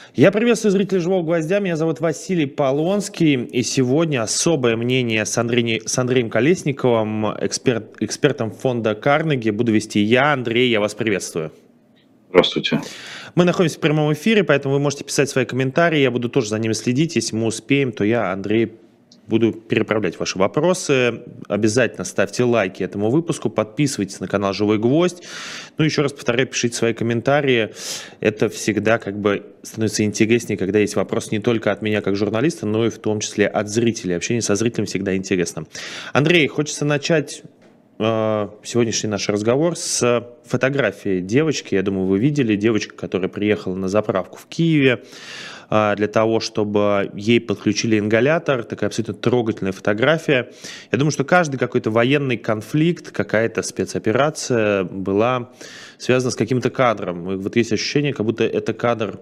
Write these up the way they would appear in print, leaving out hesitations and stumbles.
Я приветствую зрителей «Живого гвоздя». Меня зовут Василий Полонский. И сегодня особое мнение с Андреем Колесниковым, экспертом фонда Карнеги. Буду вести я, Андрей, я вас приветствую. Здравствуйте. Мы находимся в прямом эфире, поэтому вы можете писать свои комментарии. Я буду тоже за ними следить. Если мы успеем, то я, Андрей, буду переправлять ваши вопросы. Обязательно ставьте лайки этому выпуску, подписывайтесь на канал «Живой гвоздь». Ну, еще раз повторяю, пишите свои комментарии. Это всегда становится интереснее, когда есть вопрос не только от меня как журналиста, но и в том числе от зрителей. Общение со зрителем всегда интересно. Андрей, хочется начать сегодняшний наш разговор с фотографии девочки. Я думаю, вы видели девочку, которая приехала на заправку в Киеве для того, чтобы ей подключили ингалятор. Такая абсолютно трогательная фотография. Я думаю, что каждый какой-то военный конфликт, какая-то спецоперация была связана с каким-то кадром. И вот есть ощущение, как будто это кадр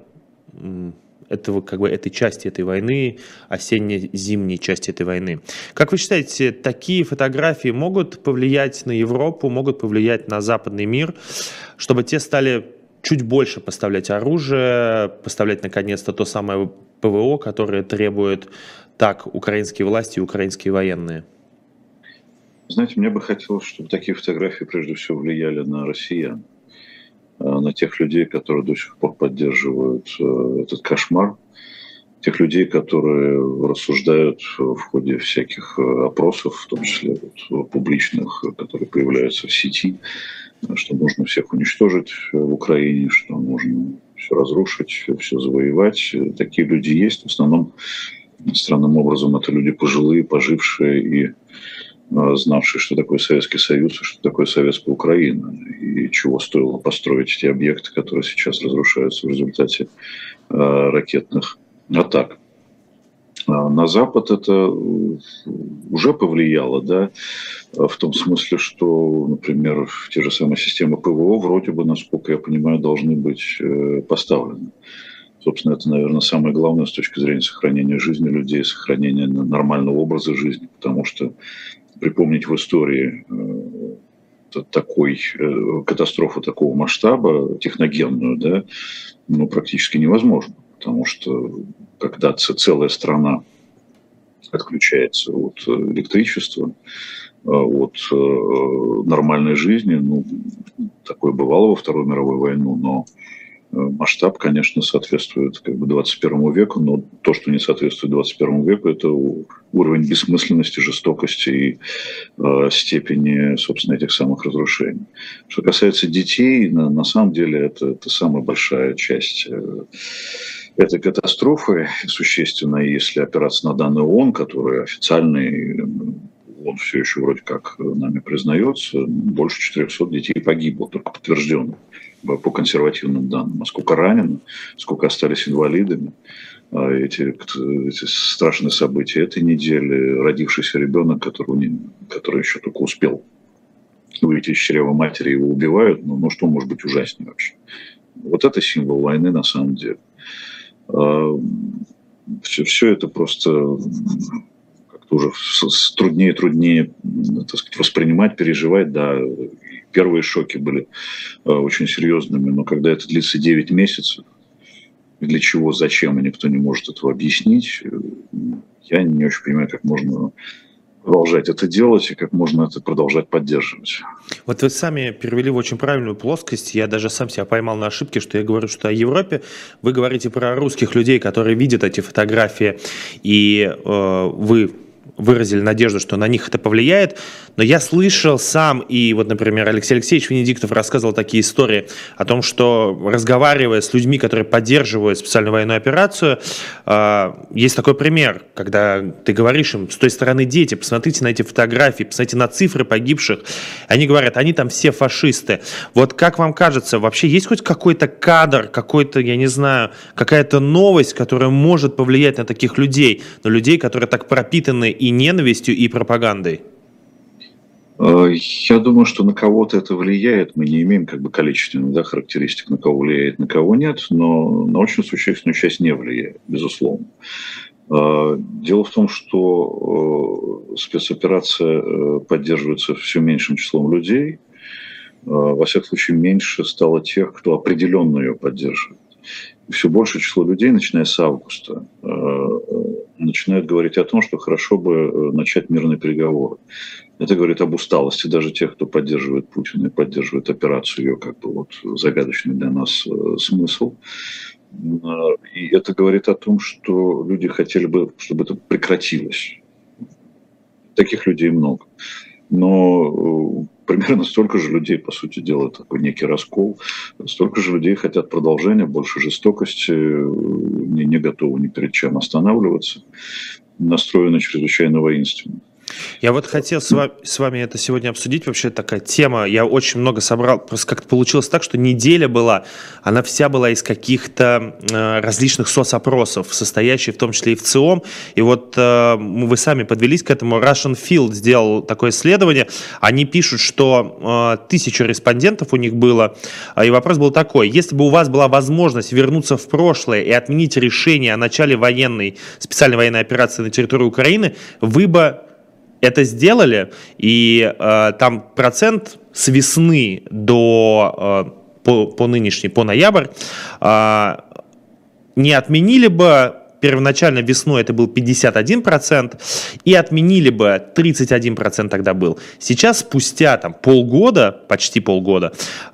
этой части этой войны, осенне-зимней части этой войны. Как вы считаете, такие фотографии могут повлиять на Европу, могут повлиять на западный мир, чтобы те стали чуть больше поставлять оружие, поставлять наконец-то то самое ПВО, которое требуют так украинские власти и украинские военные? Знаете, мне бы хотелось, чтобы такие фотографии прежде всего влияли на россиян, на тех людей, которые до сих пор поддерживают этот кошмар, тех людей, которые рассуждают в ходе всяких опросов, в том числе публичных, которые появляются в сети, что нужно всех уничтожить в Украине, что нужно все разрушить, все завоевать. Такие люди есть. В основном, странным образом, это люди пожилые, пожившие и знавшие, что такое Советский Союз и что такое Советская Украина, и чего стоило построить эти объекты, которые сейчас разрушаются в результате ракетных атак. На Запад это уже повлияло, да, в том смысле, что, например, те же самые системы ПВО вроде бы, насколько я понимаю, должны быть поставлены. Собственно, это, наверное, самое главное с точки зрения сохранения жизни людей, сохранения нормального образа жизни, потому что припомнить в истории катастрофу такого масштаба, техногенную, да, практически невозможно. Потому что когда целая страна отключается от электричества, от нормальной жизни, такое бывало во Вторую мировую войну, но масштаб, конечно, соответствует 21 веку, но то, что не соответствует 21 веку, это уровень бессмысленности, жестокости и степени, собственно, этих самых разрушений. Что касается детей, на самом деле это самая большая часть этой катастрофы, существенно, если опираться на данные ООН, которые официальные, ООН все еще вроде как нами признается, больше 400 детей погибло, только подтвержденных по консервативным данным. А сколько ранено, сколько остались инвалидами. Эти страшные события этой недели, родившийся ребенок, который еще только успел выйти из чрева матери, его убивают, что может быть ужаснее вообще? Вот это символ войны на самом деле. Все это просто как-то уже труднее и труднее, так сказать, воспринимать, переживать. Да, первые шоки были очень серьезными, но когда это длится 9 месяцев, для чего, зачем, и никто не может этого объяснить, я не очень понимаю, как можно продолжать это делать и как можно это продолжать поддерживать. Вот вы сами перевели в очень правильную плоскость. Я даже сам себя поймал на ошибке, что я говорю, что о Европе. Вы говорите про русских людей, которые видят эти фотографии, и вы выразили надежду, что на них это повлияет. Но я слышал сам, и вот, например, Алексей Алексеевич Венедиктов рассказывал такие истории о том, что, разговаривая с людьми, которые поддерживают специальную военную операцию, есть такой пример, когда ты говоришь им, с той стороны дети, посмотрите на эти фотографии, посмотрите на цифры погибших. Они говорят, они там все фашисты. Вот как вам кажется, вообще есть хоть какой-то кадр, какой-то, я не знаю, какая-то новость, которая может повлиять на таких людей, на людей, которые так пропитаны и ненавистью, и пропагандой? Я думаю, что на кого-то это влияет. Мы не имеем количественных характеристик, на кого влияет, на кого нет, но на очень существенную часть не влияет, безусловно. Дело в том, что спецоперация поддерживается все меньшим числом людей. Во всяком случае, меньше стало тех, кто определенно ее поддерживает. все большее число людей, начиная с августа, начинают говорить о том, что хорошо бы начать мирные переговоры. Это говорит об усталости даже тех, кто поддерживает Путина и поддерживает операцию, ее как бы вот загадочный для нас смысл. И это говорит о том, что люди хотели бы, чтобы это прекратилось. Таких людей много. Но примерно столько же людей, по сути дела, такой некий раскол, столько же людей хотят продолжения, больше жестокости, не готовы ни перед чем останавливаться, настроены чрезвычайно воинственно. Я вот хотел с вами это сегодня обсудить. Вообще такая тема. Я очень много собрал. Просто как-то получилось так, что неделя была, она вся была из каких-то различных соцопросов, состоящих в том числе и в ЦИОМ. И вот вы сами подвелись к этому. Russian Field сделал такое исследование. Они пишут, что 1000 респондентов у них было. И вопрос был такой. Если бы у вас была возможность вернуться в прошлое и отменить решение о начале специальной военной операции на территории Украины, вы бы это сделали, и там процент с весны по нынешний, по ноябрь, не отменили бы, первоначально весной это был 51%, и отменили бы 31% тогда был. Сейчас, спустя полгода, почти полгода,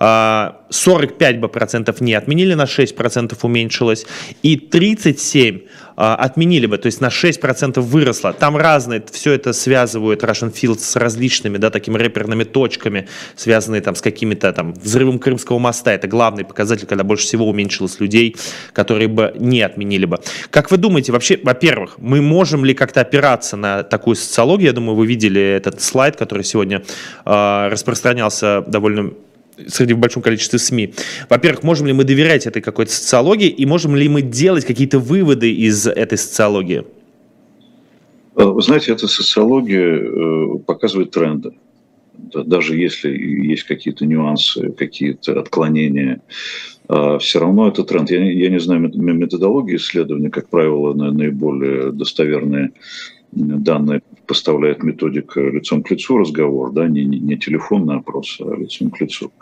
45% не отменили, на 6% уменьшилось, и 37% отменили бы, то есть на 6% выросло. Там разные, все это связывают Russian Field с различными, такими реперными точками, связанные с какими-то взрывом Крымского моста. Это главный показатель, когда больше всего уменьшилось людей, которые бы не отменили бы. Как вы думаете, вообще, во-первых, мы можем ли как-то опираться на такую социологию? Я думаю, вы видели этот слайд, который сегодня распространялся довольно в большом количестве СМИ. Во-первых, можем ли мы доверять этой какой-то социологии, и можем ли мы делать какие-то выводы из этой социологии? Вы знаете, эта социология показывает тренды. Даже если есть какие-то нюансы, какие-то отклонения, все равно это тренд. Я не знаю методологии исследования, как правило, наиболее достоверные данные поставляет методика лицом к лицу разговор, не телефонный опрос, а лицом к лицу.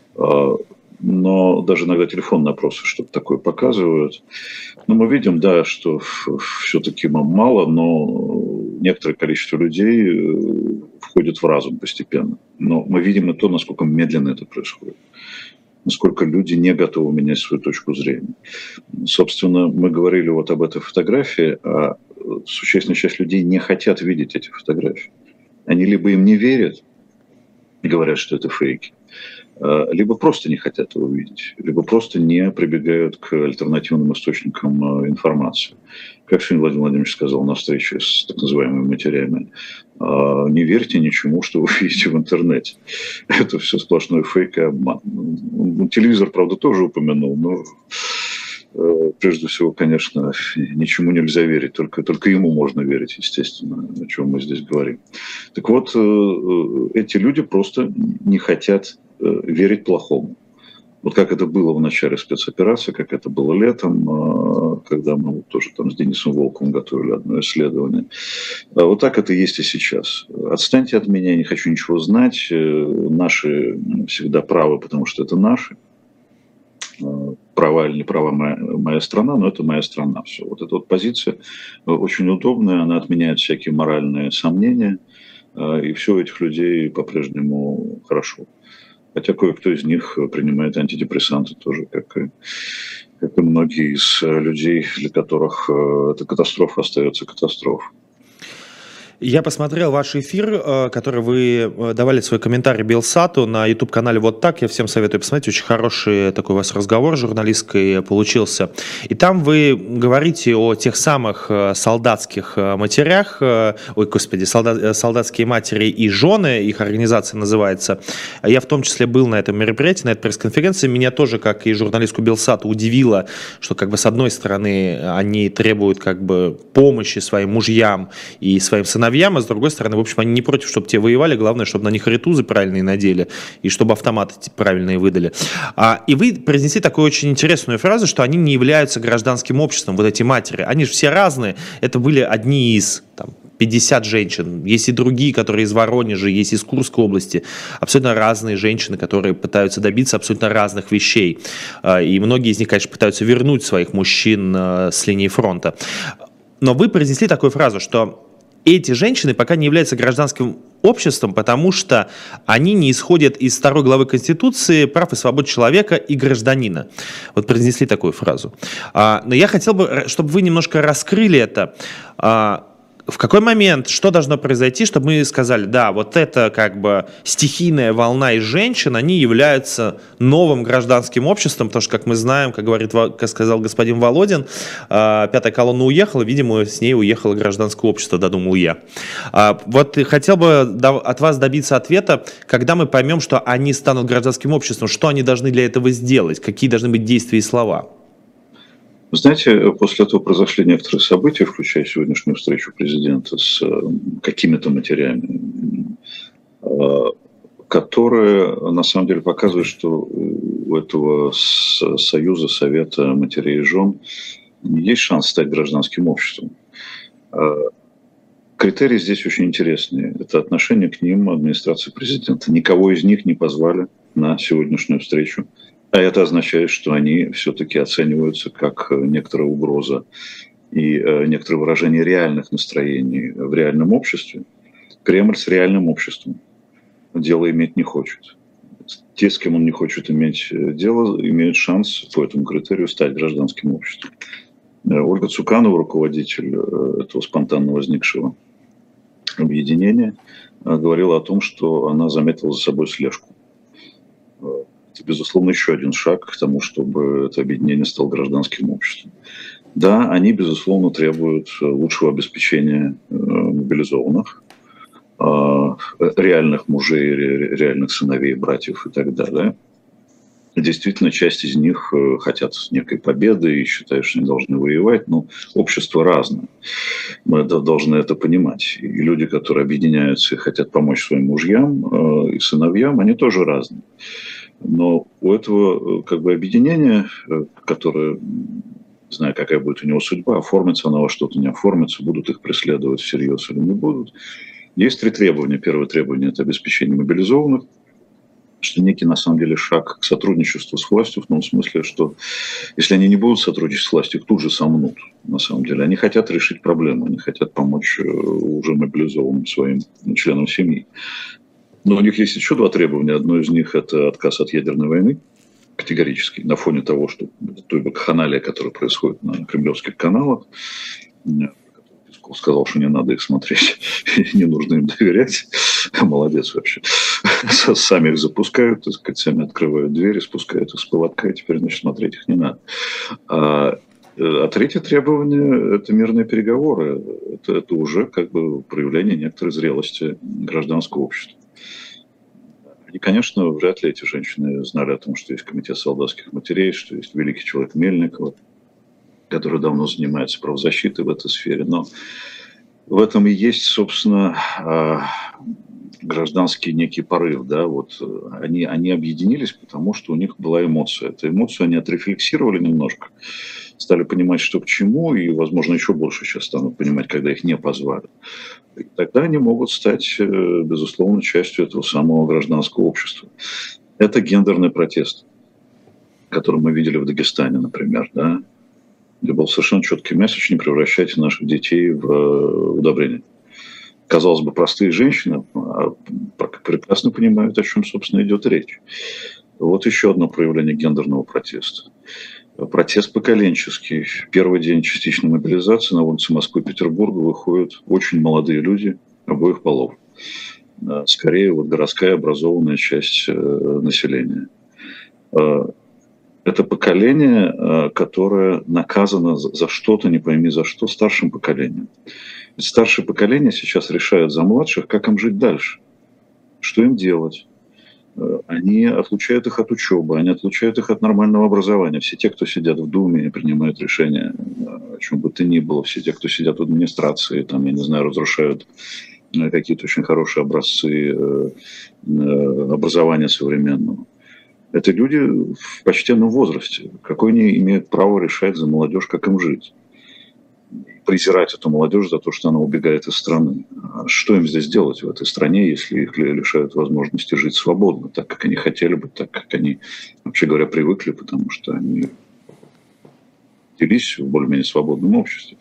Но даже иногда телефонные опросы что-то такое показывают. Но мы видим, что все-таки мало, но некоторое количество людей входит в разум постепенно. Но мы видим и то, насколько медленно это происходит. Насколько люди не готовы менять свою точку зрения. Собственно, мы говорили вот об этой фотографии, а существенная часть людей не хотят видеть эти фотографии. Они либо им не верят и говорят, что это фейки, либо просто не хотят его видеть, либо просто не прибегают к альтернативным источникам информации. Как сегодня Владимир Владимирович сказал на встрече с так называемыми матерями, не верьте ничему, что вы видите в интернете. Это все сплошной фейк и обман. Телевизор, правда, тоже упомянул, но прежде всего, конечно, ничему нельзя верить, только ему можно верить, естественно, о чем мы здесь говорим. Так вот, эти люди просто не хотят верить плохому. Вот как это было в начале спецоперации, как это было летом, когда мы тоже с Денисом Волковым готовили одно исследование. Вот так это и есть и сейчас. Отстаньте от меня, я не хочу ничего знать. Наши всегда правы, потому что это наши. Права или не права моя страна, но это моя страна. Все. Вот эта вот позиция очень удобная, она отменяет всякие моральные сомнения, и все у этих людей по-прежнему хорошо. Хотя кое-кто из них принимает антидепрессанты тоже, как и многие из людей, для которых эта катастрофа остается катастрофой. Я посмотрел ваш эфир, который вы давали свой комментарий Белсату на YouTube-канале «Вот так». Я всем советую посмотреть. Очень хороший такой у вас разговор журналистский получился. И там вы говорите о тех самых солдатских матерях, солдатские матери и жены, их организация называется. Я в том числе был на этом мероприятии, на этой пресс-конференции. Меня тоже, как и журналистку Белсату, удивило, что с одной стороны они требуют помощи своим мужьям и своим сыновьям, а с другой стороны, в общем, они не против, чтобы те воевали, главное, чтобы на них ритузы правильные надели и чтобы автоматы правильные выдали. И вы произнесли такую очень интересную фразу, что они не являются гражданским обществом, вот эти матери. Они же все разные. Это были одни из 50 женщин. Есть и другие, которые из Воронежа, есть из Курской области. Абсолютно разные женщины, которые пытаются добиться абсолютно разных вещей. И многие из них, конечно, пытаются вернуть своих мужчин с линии фронта. Но вы произнесли такую фразу, что эти женщины пока не являются гражданским обществом, потому что они не исходят из 2 главы Конституции прав и свобод человека и гражданина. Вот произнесли такую фразу. Но я хотел бы, чтобы вы немножко раскрыли это. В какой момент, что должно произойти, чтобы мы сказали, да, вот это как бы стихийная волна из женщин, они являются новым гражданским обществом, потому что, как мы знаем, как сказал господин Володин, 5-я колонна уехала, видимо, с ней уехало гражданское общество, додумал я. Вот хотел бы от вас добиться ответа, когда мы поймем, что они станут гражданским обществом, что они должны для этого сделать, какие должны быть действия и слова. Вы знаете, после этого произошли некоторые события, включая сегодняшнюю встречу президента с какими-то матерями, которые на самом деле показывают, что у этого союза, совета матерей и жен есть шанс стать гражданским обществом. Критерии здесь очень интересные. Это отношение к ним администрации президента. Никого из них не позвали на сегодняшнюю встречу. А это означает, что они все-таки оцениваются как некоторая угроза и некоторое выражение реальных настроений в реальном обществе. Кремль с реальным обществом дело иметь не хочет. Те, с кем он не хочет иметь дело, имеют шанс по этому критерию стать гражданским обществом. Ольга Цуканова, руководитель этого спонтанно возникшего объединения, говорила о том, что она заметила за собой слежку. Это, безусловно, еще один шаг к тому, чтобы это объединение стало гражданским обществом. Да, они, безусловно, требуют лучшего обеспечения мобилизованных, реальных мужей, реальных сыновей, братьев и так далее. Действительно, часть из них хотят некой победы и считают, что они должны воевать, но общество разное. Мы должны это понимать. И люди, которые объединяются и хотят помочь своим мужьям и сыновьям, они тоже разные. Но у этого как бы объединения, которое, не знаю, какая будет у него судьба, оформится оно во что-то, не оформится, будут их преследовать всерьез или не будут. Есть 3 требования. Первое требование – это обеспечение мобилизованных, что некий, на самом деле, шаг к сотрудничеству с властью, в том смысле, что если они не будут сотрудничать с властью, их тут же сомнут, на самом деле. Они хотят решить проблему, они хотят помочь уже мобилизованным своим членам семьи. Но у них есть еще 2 требования. Одно из них – это отказ от ядерной войны, категорически, на фоне того, что той вакханалия, которая происходит на кремлевских каналах. Песков сказал, что не надо их смотреть, не нужно им доверять. Молодец вообще. Сами их запускают, так сказать, сами открывают двери, спускают их с поводка, и теперь, значит, смотреть их не надо. А 3-е требование – это мирные переговоры. Это уже как бы проявление некоторой зрелости гражданского общества. И, конечно, вряд ли эти женщины знали о том, что есть комитет солдатских матерей, что есть великий человек Мельников, который давно занимается правозащитой в этой сфере. Но в этом и есть, собственно, гражданский некий порыв. Да? Вот они объединились, потому что у них была эмоция. Эту эмоцию они отрефлексировали немножко, стали понимать, что к чему, и, возможно, еще больше сейчас станут понимать, когда их не позвали. И тогда они могут стать, безусловно, частью этого самого гражданского общества. Это гендерный протест, который мы видели в Дагестане, например, да? Где был совершенно четкий месседж: не превращайте наших детей в удобрение. Казалось бы, простые женщины прекрасно понимают, о чем, собственно, идет речь. Вот еще одно проявление гендерного протеста. Протест поколенческий. Первый день частичной мобилизации на улице Москвы и Петербурга выходят очень молодые люди обоих полов. Скорее, вот городская образованная часть населения. Это поколение, которое наказано за что-то, не пойми за что, старшим поколением. Ведь старшее поколение сейчас решает за младших, как им жить дальше, что им делать. Они отлучают их от учебы, они отлучают их от нормального образования. Все те, кто сидят в Думе и принимают решения о чем бы то ни было, все те, кто сидят в администрации, там, я не знаю, разрушают какие-то очень хорошие образцы образования современного. Это люди в почтенном возрасте. Какое они имеют право решать за молодежь, как им жить? презирать эту молодежь за то, что она убегает из страны. А что им здесь делать в этой стране, если их лишают возможности жить свободно, так как они хотели бы, так как они, вообще говоря, привыкли, потому что они родились в более-менее свободном обществе,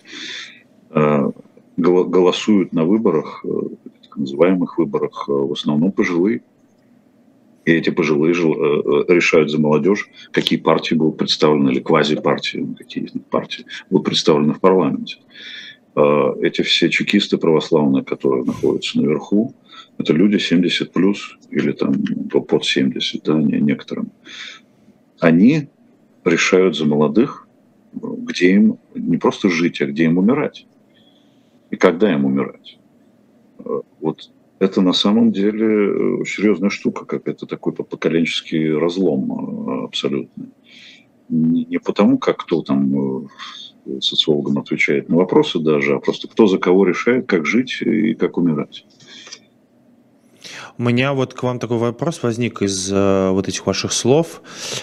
голосуют на выборах, так называемых выборах, в основном пожилые. И эти пожилые решают за молодежь, какие партии будут представлены, или квазипартии, какие из них партии будут представлены в парламенте. Эти все чекисты православные, которые находятся наверху, это люди 70 плюс или там под 70, да, некоторым. Они решают за молодых, где им не просто жить, а где им умирать. И когда им умирать. Вот это на самом деле серьезная штука, как это такой поколенческий разлом абсолютно. Не потому, как кто там социологам отвечает на вопросы даже, а просто кто за кого решает, как жить и как умирать. У меня вот к вам такой вопрос возник из вот этих ваших слов.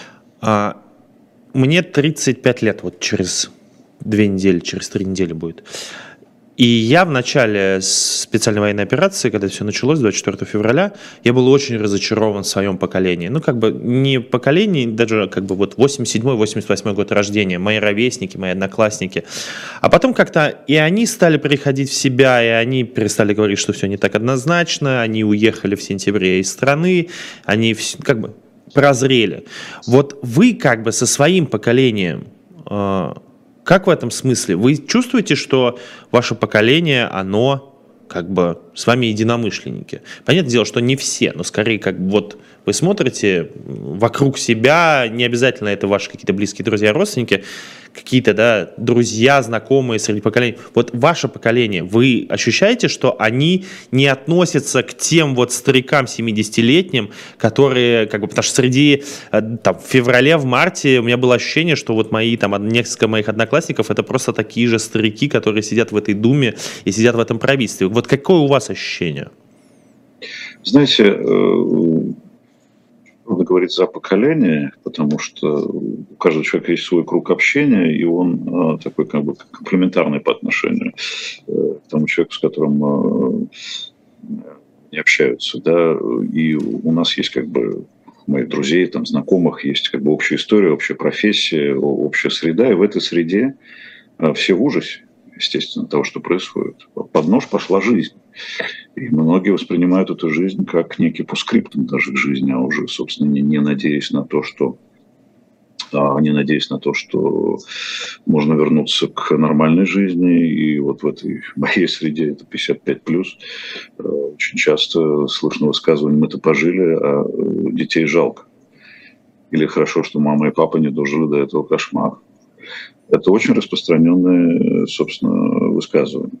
Мне 35 лет, вот через 2 недели, через 3 недели будет. И я в начале специальной военной операции, когда все началось, 24 февраля, я был очень разочарован в своем поколении. Ну, как бы не поколении, даже как бы вот 87-88 год рождения, мои ровесники, мои одноклассники. А потом как-то и они стали приходить в себя, и они перестали говорить, что все не так однозначно, они уехали в сентябре из страны, они как бы прозрели. Вот вы как бы со своим поколением... Как в этом смысле? Вы чувствуете, что ваше поколение, оно как бы с вами единомышленники? Понятное дело, что не все, но скорее как бы вот вы смотрите вокруг себя, не обязательно это ваши какие-то близкие друзья, родственники, какие-то, да, друзья, знакомые среди поколений. Вот ваше поколение, вы ощущаете, что они не относятся к тем вот старикам 70-летним, которые, как бы, потому что среди, там, в феврале, в марте у меня было ощущение, что вот мои, там, несколько моих одноклассников это просто такие же старики, которые сидят в этой думе и сидят в этом правительстве. Вот какое у вас ощущение? Знаете, трудно говорить за поколение, потому что у каждого человека есть свой круг общения, и он такой как бы комплементарный по отношению к тому человеку, с которым не общаются. Да? И у нас есть как бы у моих друзей, там, знакомых, есть как бы общая история, общая профессия, общая среда, и в этой среде все в ужасе, естественно, того, что происходит. Под нож пошла жизнь. И многие воспринимают эту жизнь как некий постскриптум даже к жизни, а уже, собственно, не надеясь на то, что можно вернуться к нормальной жизни. И вот в этой моей среде, это 55+, очень часто слышно высказывание: мы-то пожили, а детей жалко. Или хорошо, что мама и папа не дожили до этого кошмара. Это очень распространенное, собственно, высказывание.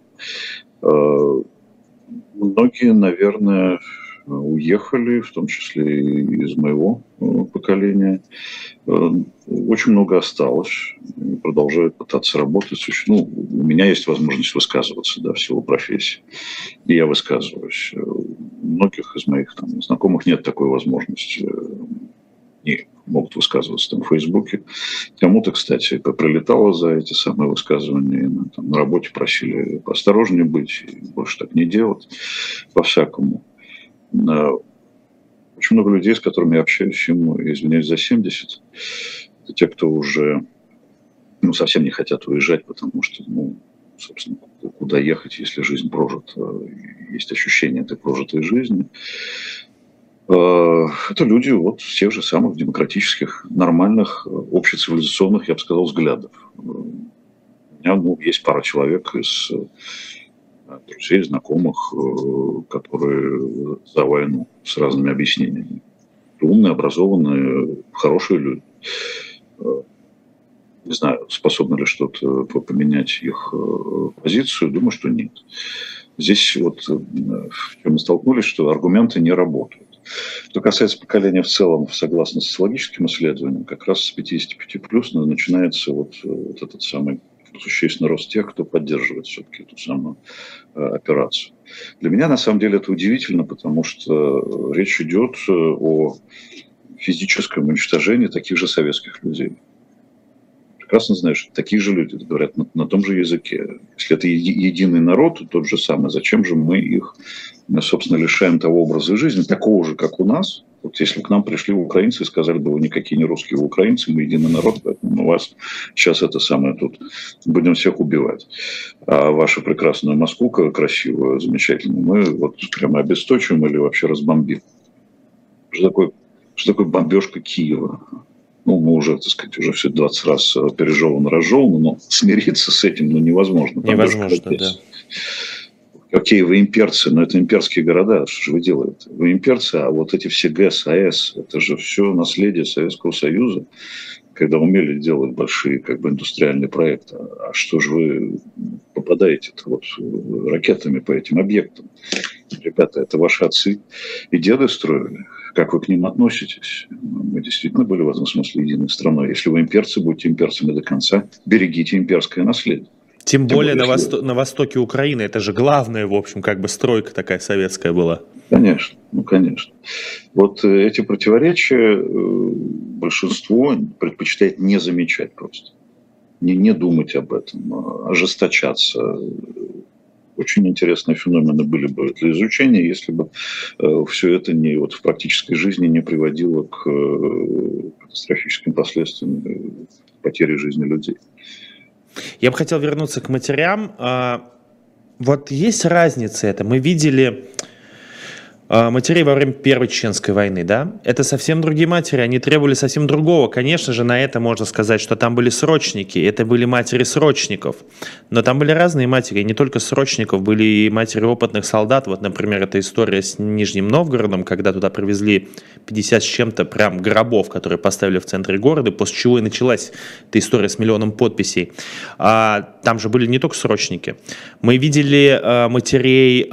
Многие, наверное, уехали, в том числе и из моего поколения. Очень много осталось, продолжают пытаться работать. Ну, у меня есть возможность высказываться, да, в силу профессии, и я высказываюсь. У многих из моих там знакомых нет такой возможности. Не могут высказываться там в Фейсбуке. Кому-то, кстати, прилетало за эти самые высказывания. Там, на работе просили поосторожнее быть, больше так не делать, по-всякому. Очень много людей, с которыми я общаюсь, им, извиняюсь за 70, это те, кто уже совсем не хотят уезжать, потому что, собственно, куда ехать, если жизнь прожита, есть ощущение этой прожитой жизни. Это люди вот тех же самых демократических, нормальных, общецивилизационных, я бы сказал, взглядов. У меня есть пара человек из друзей, знакомых, которые за войну с разными объяснениями. Умные, образованные, хорошие люди. Не знаю, способны ли что-то поменять их позицию, думаю, что нет. Здесь вот в чем мы столкнулись, что аргументы не работают. Что касается поколения в целом, согласно социологическим исследованиям, как раз с 55 начинается вот этот самый существенный рост тех, кто поддерживает все-таки эту самую операцию. Для меня, на самом деле, это удивительно, потому что речь идет о физическом уничтожении таких же советских людей. прекрасно знаешь, что такие же люди говорят на том же языке. Если это единый народ, то тот же самый, зачем же мы их, собственно, лишаем того образа жизни, такого же, как у нас? Вот если к нам пришли украинцы и сказали бы, вы никакие не русские, вы украинцы, мы единый народ, поэтому мы вас сейчас это самое тут будем всех убивать. А вашу прекрасную Москву, красивую, замечательную, мы вот прямо обесточим или вообще разбомбим. Что такое бомбежка Киева? Ну, мы уже, так сказать, уже все 20 раз пережевано, разжевано, но смириться с этим невозможно. Невозможно, да. Окей, вы имперцы, но это имперские города, что же вы делаете? Вы имперцы, а вот эти все ГЭС, АЭС, это же все наследие Советского Союза, когда умели делать большие индустриальные проекты. А что же вы попадаете-то вот ракетами по этим объектам? Ребята, это ваши отцы и деды строили. Как вы к ним относитесь? Мы действительно были в этом смысле единой страной. Если вы имперцы, будьте имперцами до конца, берегите имперское наследие. Тем более на востоке Украины. Это же главная, в общем, стройка такая советская была. Конечно, конечно. Вот эти противоречия большинство предпочитает не замечать просто. Не думать об этом, ожесточаться. Очень интересные феномены были бы для изучения, если бы все это в практической жизни не приводило к катастрофическим последствиям потери жизни людей. Я бы хотел вернуться к матерям. Вот есть разница это. Мы видели матерей во время Первой Чеченской войны, да? Это совсем другие матери, они требовали совсем другого. Конечно же, на это можно сказать, что там были срочники, это были матери срочников. Но там были разные матери, не только срочников, были и матери опытных солдат. Вот, например, эта история с Нижним Новгородом, когда туда привезли 50 с чем-то прям гробов, которые поставили в центре города, после чего и началась эта история с миллионом подписей. Там же были не только срочники. Мы видели матерей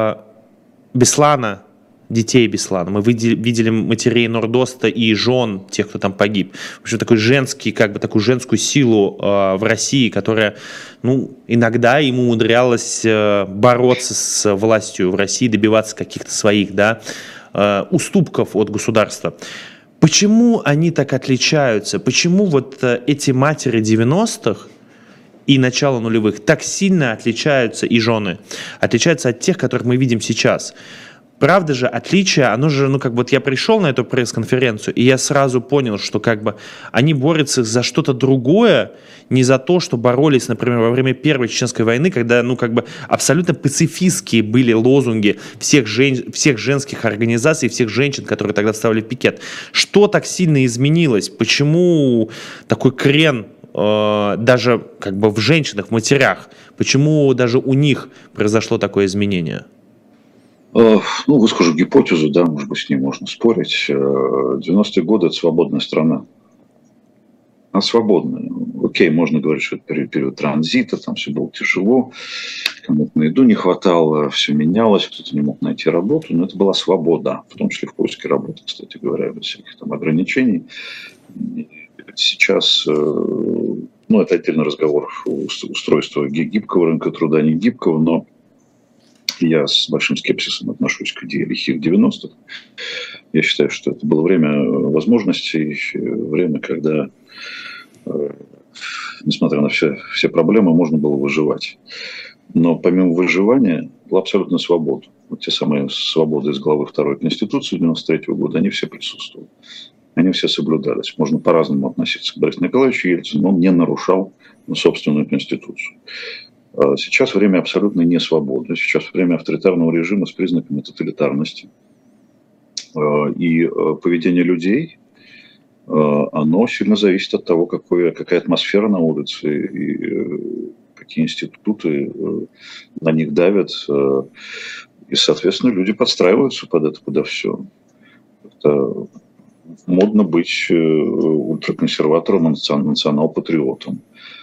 Беслана, детей Беслана. Мы видели матерей Нордоста и жен тех, кто там погиб. В общем, такой женский, такую женскую силу в России, которая, иногда ему умудрялась бороться с властью в России, добиваться каких-то своих, уступков от государства. Почему они так отличаются? Почему вот эти матери 90-х и начала нулевых так сильно отличаются, и жены отличаются от тех, которых мы видим сейчас? Правда же, отличие, оно же, я пришел на эту пресс-конференцию, и я сразу понял, что они борются за что-то другое, не за то, что боролись, например, во время Первой Чеченской войны, когда, абсолютно пацифистские были лозунги всех женских организаций, всех женщин, которые тогда вставали в пикет. Что так сильно изменилось? Почему такой крен даже в женщинах, в матерях? Почему даже у них произошло такое изменение? Выскажу гипотезу, может быть, с ней можно спорить. 90-е годы – это свободная страна. Она свободная. Окей, можно говорить, что это период транзита, там все было тяжело, кому-то на еду не хватало, все менялось, кто-то не мог найти работу, но это была свобода, в том числе в поиске работы, кстати говоря, без всяких ограничений. Сейчас, это отдельный разговор, устройство гибкого рынка труда, не гибкого, но я с большим скепсисом отношусь к идее лихих 90-х. Я считаю, что это было время возможностей, время, когда, несмотря на все проблемы, можно было выживать. Но помимо выживания была абсолютная свобода. Вот те самые свободы из главы 2 Конституции 93 года, они все присутствовали. Они все соблюдались. Можно по-разному относиться к Борису Николаевичу Ельцину, но он не нарушал собственную Конституцию. Сейчас время абсолютно не свободы. Сейчас время авторитарного режима с признаками тоталитарности. И поведение людей, оно сильно зависит от того, какая атмосфера на улице и какие институты на них давят. И, соответственно, люди подстраиваются подо все. Это модно быть ультраконсерватором и национал-патриотом.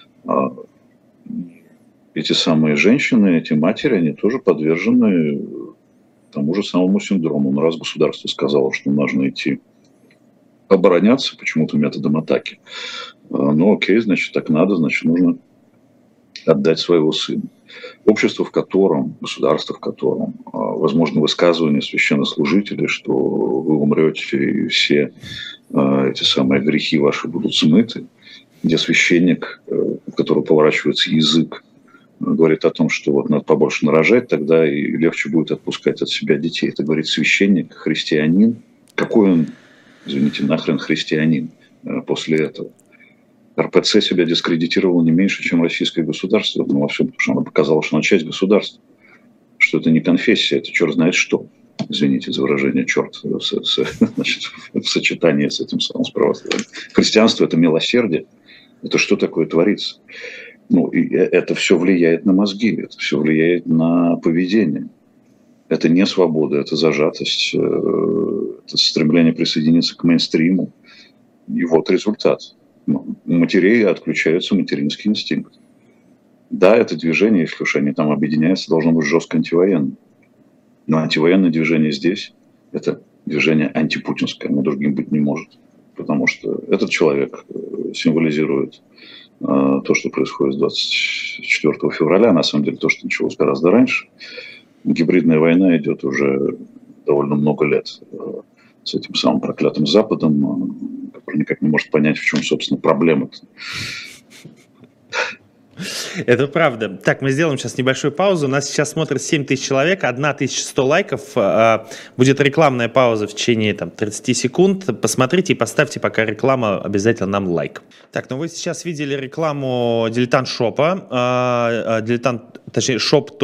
Эти самые женщины, эти матери, они тоже подвержены тому же самому синдрому. Но раз государство сказало, что нужно идти обороняться почему-то методом атаки, окей, значит, так надо, значит, нужно отдать своего сына. Общество, в котором, государство, в котором возможно высказывание священнослужителей, что вы умрете, и все эти самые грехи ваши будут смыты, где священник, у которого поворачивается язык, говорит о том, что вот надо побольше нарожать, тогда и легче будет отпускать от себя детей. Это говорит священник, христианин. Какой он, извините, нахрен христианин после этого? РПЦ себя дискредитировала не меньше, чем российское государство. Ну, во всем, потому что она показала, что она часть государства. Что это не конфессия, это черт знает что. Извините за выражение черт значит, в сочетании с этим самым православием. Христианство – это милосердие. Это что такое творится? Ну, и это все влияет на мозги, это все влияет на поведение. Это не свобода, это зажатость, это стремление присоединиться к мейнстриму. И вот результат. У матерей отключается материнский инстинкт. Да, это движение, если уж они там объединяются, должно быть жестко антивоенное. Но антивоенное движение здесь – это движение антипутинское, оно другим быть не может. Потому что этот человек символизирует то, что происходит с 24 февраля, на самом деле то, что началось гораздо раньше. Гибридная война идет уже довольно много лет с этим самым проклятым Западом, который никак не может понять, в чем, собственно, проблема-то. Это правда. Так, мы сделаем сейчас небольшую паузу. Нас сейчас смотрит 7 тысяч человек, 1100 лайков. Будет рекламная пауза в течение 30 секунд. Посмотрите и поставьте пока реклама обязательно нам лайк. Так, ну вы сейчас видели рекламу Дилетант Шопа, точнее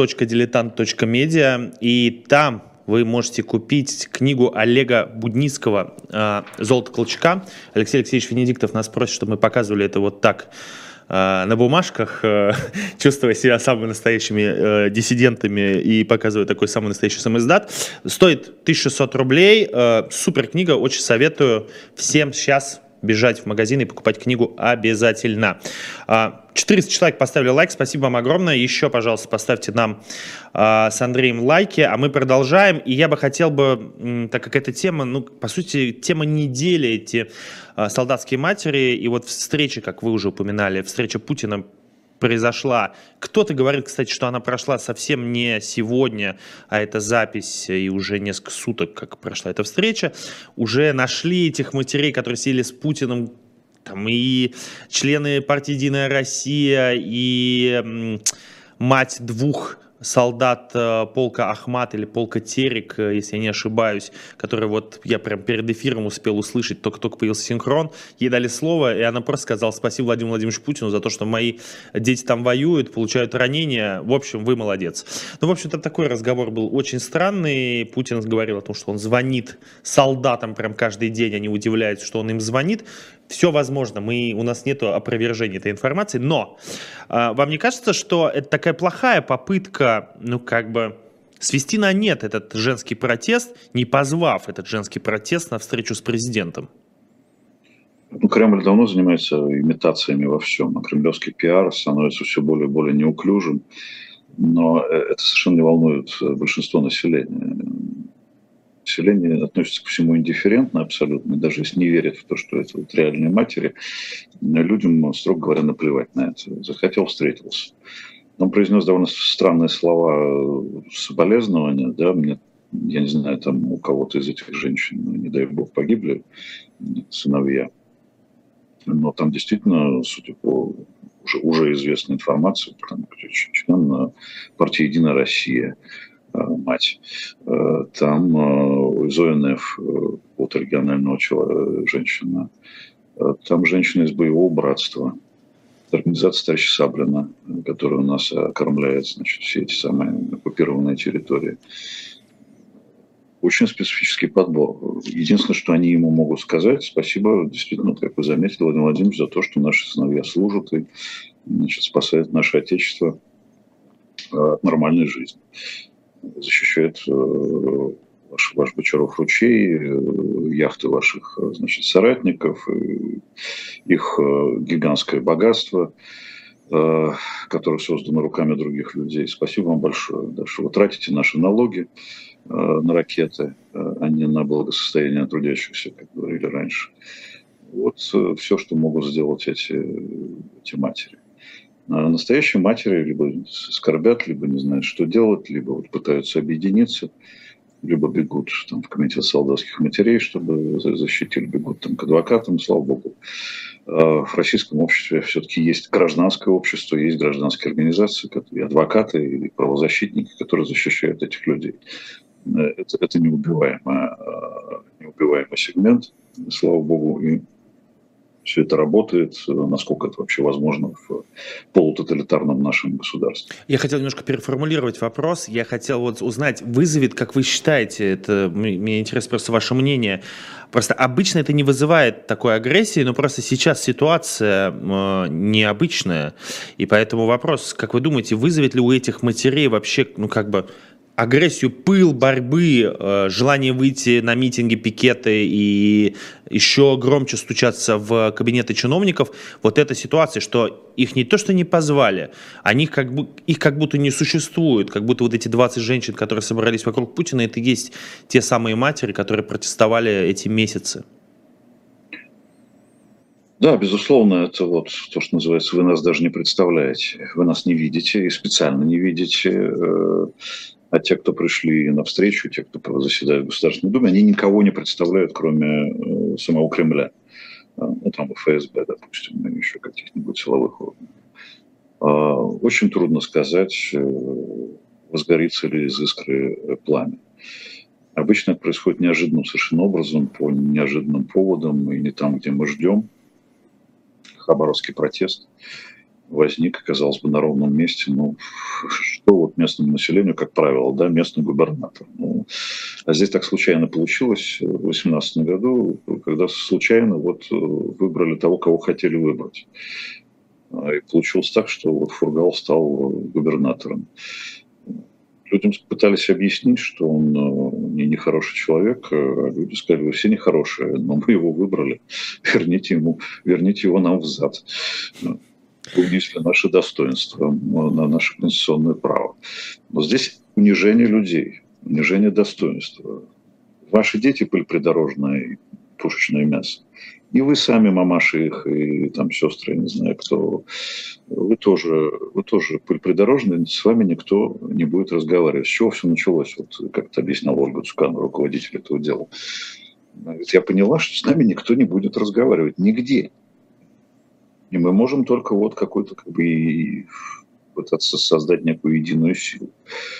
shop.diletant.media, и там вы можете купить книгу Олега Будницкого «Золото Колчака». Алексей Алексеевич Венедиктов нас просит, чтобы мы показывали это вот так на бумажках, чувствуя себя самыми настоящими диссидентами и показывая такой самый настоящий самоиздат. Стоит 1600 рублей. Супер книга, очень советую всем сейчас бежать в магазин и покупать книгу обязательно. 400 человек поставили лайк, спасибо вам огромное. Еще, пожалуйста, поставьте нам с Андреем лайки, а мы продолжаем. И я бы хотел бы, так как эта тема, ну, по сути, тема недели, эти солдатские матери, и вот встреча, как вы уже упоминали, встреча Путина произошла. Кто-то говорит, кстати, что она прошла совсем не сегодня, а это запись, и уже несколько суток, как прошла эта встреча. Уже нашли этих матерей, которые сидели с Путиным, там и члены партии «Единая Россия», и мать двух солдат полка Ахмат или полка Терек, если я не ошибаюсь, который вот я прям перед эфиром успел услышать, только появился синхрон, ей дали слово, и она просто сказала: спасибо Владимиру Владимировичу Путину за то, что мои дети там воюют, получают ранения, в общем, вы молодец. Ну, в общем-то, такой разговор был очень странный. Путин говорил о том, что он звонит солдатам прям каждый день, они удивляются, что он им звонит. Все возможно, у нас нет опровержения этой информации, но вам не кажется, что это такая плохая попытка, ну, как бы свести на нет этот женский протест, не позвав этот женский протест на встречу с президентом? Ну, Кремль давно занимается имитациями во всем, а кремлевский пиар становится все более и более неуклюжим, но это совершенно не волнует большинство населения. Население относится ко всему индифферентно абсолютно, даже если не верят в то, что это вот реальные матери, людям, строго говоря, наплевать на это. Захотел — встретился. Он произнес довольно странные слова соболезнования, да, я не знаю, там у кого-то из этих женщин, не дай бог, погибли сыновья, но там действительно, судя по уже известной информации, там член партии «Единая Россия», мать. Там из ОНФ, от регионального женщина. Там женщина из боевого братства. Организация товарища Саблина, которая у нас окормляет, значит, все эти самые оккупированные территории. Очень специфический подбор. Единственное, что они ему могут сказать: спасибо, действительно, как вы заметили, Владимир Владимирович, за то, что наши сыновья служат и, значит, спасают наше Отечество от нормальной жизни. Защищает ваш Бочаров ручей, яхты ваших, значит, соратников, их гигантское богатство, которое создано руками других людей. Спасибо вам большое, да, что вы тратите наши налоги на ракеты, а не на благосостояние трудящихся, как говорили раньше. Вот все, что могут сделать эти матери. Настоящие матери либо скорбят, либо не знают, что делать, либо вот пытаются объединиться. либо бегут там, в комитет солдатских матерей, чтобы защитили, бегут там, к адвокатам, слава богу. В российском обществе все-таки есть гражданское общество, есть гражданские организации, и адвокаты, и правозащитники, которые защищают этих людей. Это неубиваемый сегмент, слава богу, и все это работает, насколько это вообще возможно в полутоталитарном нашем государстве. Я хотел немножко переформулировать вопрос. Я хотел вот узнать, вызовет, как вы считаете, это мне интересно просто ваше мнение. Просто обычно это не вызывает такой агрессии, но просто сейчас ситуация необычная. И поэтому вопрос, как вы думаете, вызовет ли у этих матерей вообще, агрессию, пыл борьбы, желание выйти на митинги, пикеты и еще громче стучаться в кабинеты чиновников, вот эта ситуация, что их не то что не позвали, их как будто не существует, как будто вот эти 20 женщин, которые собрались вокруг Путина, это и есть те самые матери, которые протестовали эти месяцы. Да, безусловно, это вот то, что называется, вы нас даже не представляете, вы нас не видите и специально не видите. А те, кто пришли навстречу, те, кто заседает в Государственной Думе, они никого не представляют, кроме самого Кремля. Ну, там ФСБ, допустим, и еще каких-нибудь силовых органов. Очень трудно сказать, возгорится ли из искры пламя. Обычно это происходит неожиданным совершенно образом, по неожиданным поводам, и не там, где мы ждем. Хабаровский протест возник, казалось бы, на ровном месте. Ну, что вот местному населению, как правило, да, местный губернатор. Ну, а здесь так случайно получилось в 2018 году, когда случайно вот выбрали того, кого хотели выбрать. И получилось так, что вот Фургал стал губернатором. Людям пытались объяснить, что он не хороший человек, а люди сказали, вы все нехорошие, но мы его выбрали, верните его нам взад. Унесли наше достоинство, на наше конституционное право. Но здесь унижение людей, унижение достоинства. Ваши дети пыльпридорожное пушечное мясо. И вы сами, мамаши их, и там сестры, я не знаю кто, вы тоже пыльпридорожные, с вами никто не будет разговаривать. С чего все началось? Вот как это объяснял Ольга Цуканова, руководитель этого дела. Я поняла, что с нами никто не будет разговаривать нигде. И мы можем только вот какой-то пытаться создать некую единую силу.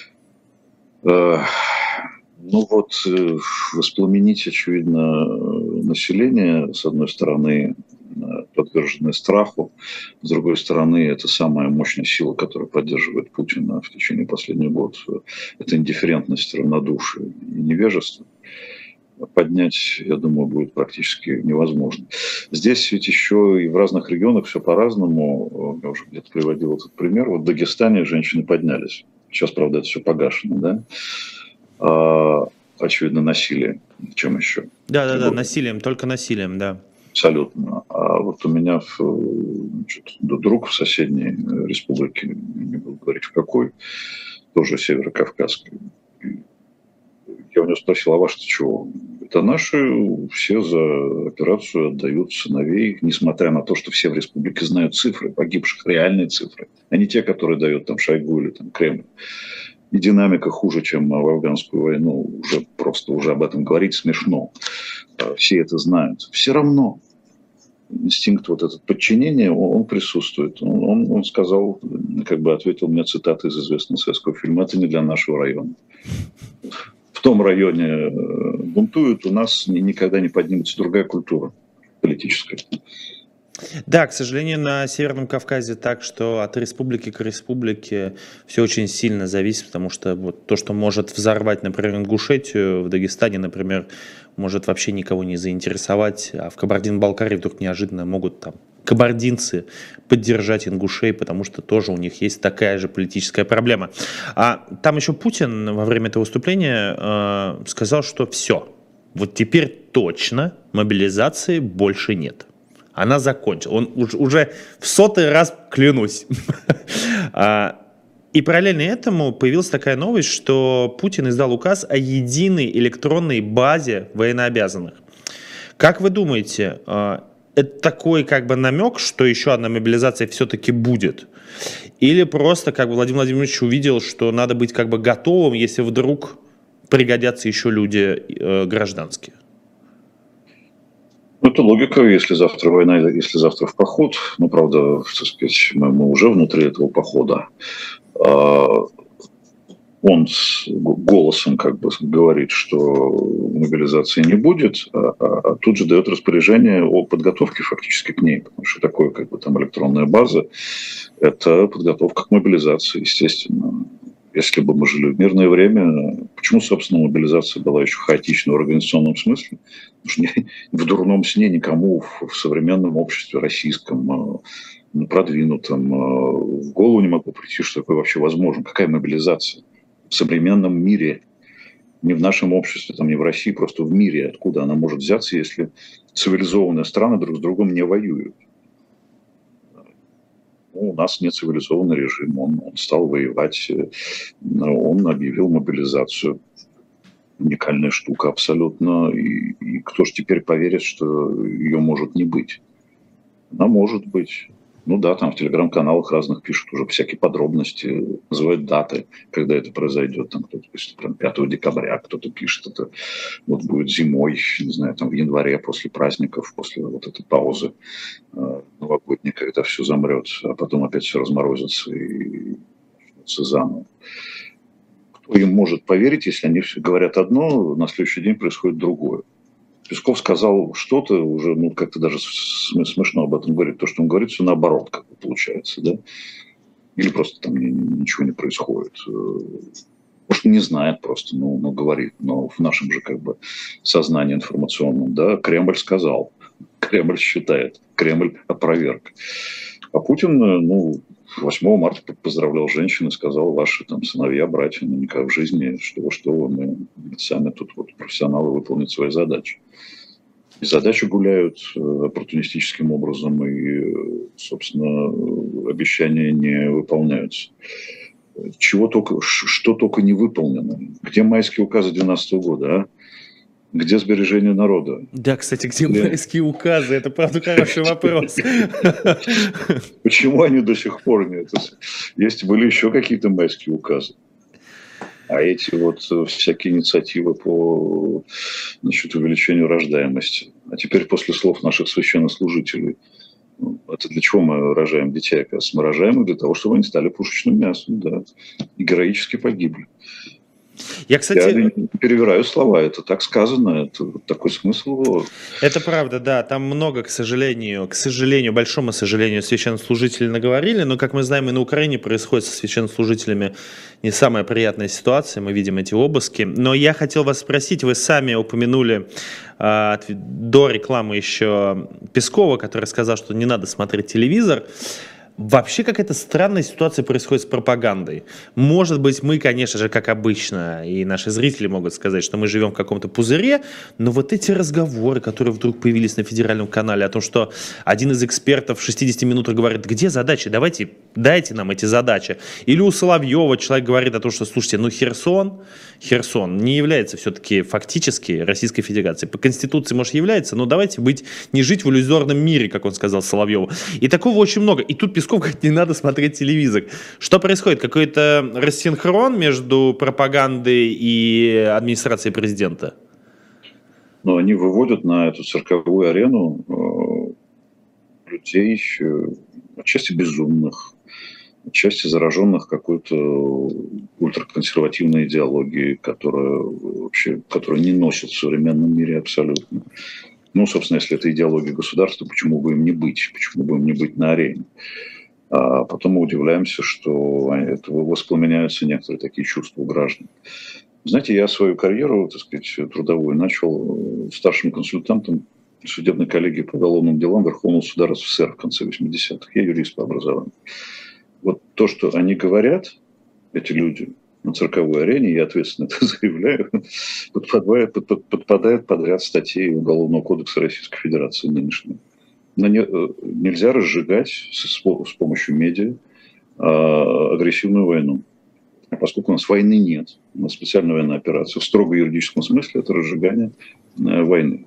Ну вот, воспламенить, очевидно, население, с одной стороны, подверженное страху, с другой стороны, это самая мощная сила, которая поддерживает Путина в течение последнего года. Это индифферентность, равнодушие и невежество. Поднять, я думаю, будет практически невозможно. Здесь ведь еще и в разных регионах все по-разному. Я уже где-то приводил этот пример. Вот в Дагестане женщины поднялись. Сейчас, правда, это все погашено, да? Очевидно, насилие. Чем еще? Да, насилием, только насилием, да. Абсолютно. А вот у меня друг в соседней республике, не буду говорить в какой, тоже северокавказской. Я у него спросил, а ваши-то чего? Это наши все за операцию отдают сыновей, несмотря на то, что все в республике знают цифры погибших, реальные цифры, а не те, которые дает там Шойгу или там Кремль. И динамика хуже, чем в афганскую войну. Уже об этом говорить смешно. Все это знают. Все равно инстинкт вот этот подчинения, он присутствует. Он сказал, ответил мне цитатой из известного советского фильма, это не для нашего района. В том районе бунтуют, у нас никогда не поднимется другая культура политическая. Да, к сожалению, на Северном Кавказе так, что от республики к республике все очень сильно зависит, потому что вот то, что может взорвать, например, Ингушетию, в Дагестане, например, может вообще никого не заинтересовать, а в Кабардино-Балкарии вдруг неожиданно могут там кабардинцы поддержать ингушей, потому что тоже у них есть такая же политическая проблема. А там еще Путин во время этого выступления сказал, что все, вот теперь точно мобилизации больше нет. Она закончилась. Он уже в 100-й раз, клянусь. И параллельно этому появилась такая новость, что Путин издал указ о единой электронной базе военнообязанных. Как вы думаете, это такой намек, что еще одна мобилизация все-таки будет? Или просто Владимир Владимирович увидел, что надо быть готовым, если вдруг пригодятся еще люди гражданские. Это логика, если завтра война, если завтра в поход, ну, правда, так сказать, мы уже внутри этого похода, он с голосом как бы говорит, что мобилизации не будет, а тут же дает распоряжение о подготовке фактически к ней, потому что такое как бы там электронная база, это подготовка к мобилизации, естественно. Если бы мы жили в мирное время, почему, собственно, мобилизация была еще хаотична в организационном смысле? Потому что в дурном сне никому в современном обществе российском, продвинутом, в голову не могло прийти, что такое вообще возможно. Какая мобилизация? В современном мире, не в нашем обществе, там, не в России, просто в мире. Откуда она может взяться, если цивилизованные страны друг с другом не воюют? У нас не цивилизованный режим, он стал воевать, он объявил мобилизацию. Уникальная штука абсолютно. И кто же теперь поверит, что ее может не быть? Она может быть. Ну да, там в телеграм-каналах разных пишут уже всякие подробности, называют даты, когда это произойдет. Там кто-то пишет прям 5 декабря, кто-то пишет, это вот будет зимой, не знаю, там в январе после праздников, после вот этой паузы новогодней, когда все замрет, а потом опять все разморозится и начнется заново. Кто им может поверить, если они все говорят одно, на следующий день происходит другое? Песков сказал что-то, уже как-то даже смешно об этом говорить. То, что он говорит, все наоборот как бы получается, да? Или просто там ничего не происходит. Может, не знает просто, но говорит. Но в нашем же как бы сознании информационном, да, Кремль сказал, Кремль считает, Кремль опроверг. А Путин, 8 марта поздравлял женщин и сказал, ваши там сыновья, братья, никак в жизни, что вы, мы сами тут вот профессионалы выполнят свои задачи. И задачи гуляют оппортунистическим образом, и, собственно, обещания не выполняются. Что только не выполнено. Где майские указы 2012 года, а? Где сбережение народа? Да, кстати, где майские указы? Это, правда, хороший вопрос. Почему они до сих пор нет? Были еще какие-то майские указы. А эти вот всякие инициативы по увеличению рождаемости. А теперь после слов наших священнослужителей. Это для чего мы рожаем детей? Оказывается, мы рожаем их для того, чтобы они стали пушечным мясом. Да. И героически погибли. Я, перевираю слова, это так сказано, это такой смысл. Это правда, да, там много, к сожалению, большому сожалению, священнослужители наговорили, но, как мы знаем, и на Украине происходит со священнослужителями не самая приятная ситуация, мы видим эти обыски. Но я хотел вас спросить, вы сами упомянули до рекламы еще Пескова, который сказал, что не надо смотреть телевизор. Вообще какая-то странная ситуация происходит с пропагандой. Может быть, мы, конечно же, как обычно, и наши зрители могут сказать, что мы живем в каком-то пузыре, но вот эти разговоры, которые вдруг появились на федеральном канале о том, что один из экспертов в 60 минутах говорит, где задачи, дайте нам эти задачи. Или у Соловьева человек говорит о том, что, слушайте, Херсон не является все-таки фактически Российской Федерацией. По Конституции, может, является, но давайте не жить в иллюзорном мире, как он сказал Соловьеву. И такого очень много. И тут Песков говорит, не надо смотреть телевизор. Что происходит? Какой-то рассинхрон между пропагандой и администрацией президента? Но они выводят на эту цирковую арену людей, отчасти безумных, отчасти зараженных какой-то ультраконсервативной идеологией, которая не носит в современном мире абсолютно. Собственно, если это идеология государства, почему бы им не быть? Почему бы им не быть на арене? А потом мы удивляемся, что это воспламеняются некоторые такие чувства у граждан. Знаете, я свою карьеру, трудовую начал старшим консультантом судебной коллегии по уголовным делам Верховного суда РСФСР в конце 80-х. Я юрист по образованию. Вот то, что они говорят, эти люди, на цирковой арене, я ответственно это заявляю, подпадает под ряд статей Уголовного кодекса Российской Федерации нынешнего. Нельзя разжигать с помощью медиа агрессивную войну. Поскольку у нас войны нет, у нас специальная военная операция. В строго юридическом смысле это разжигание войны.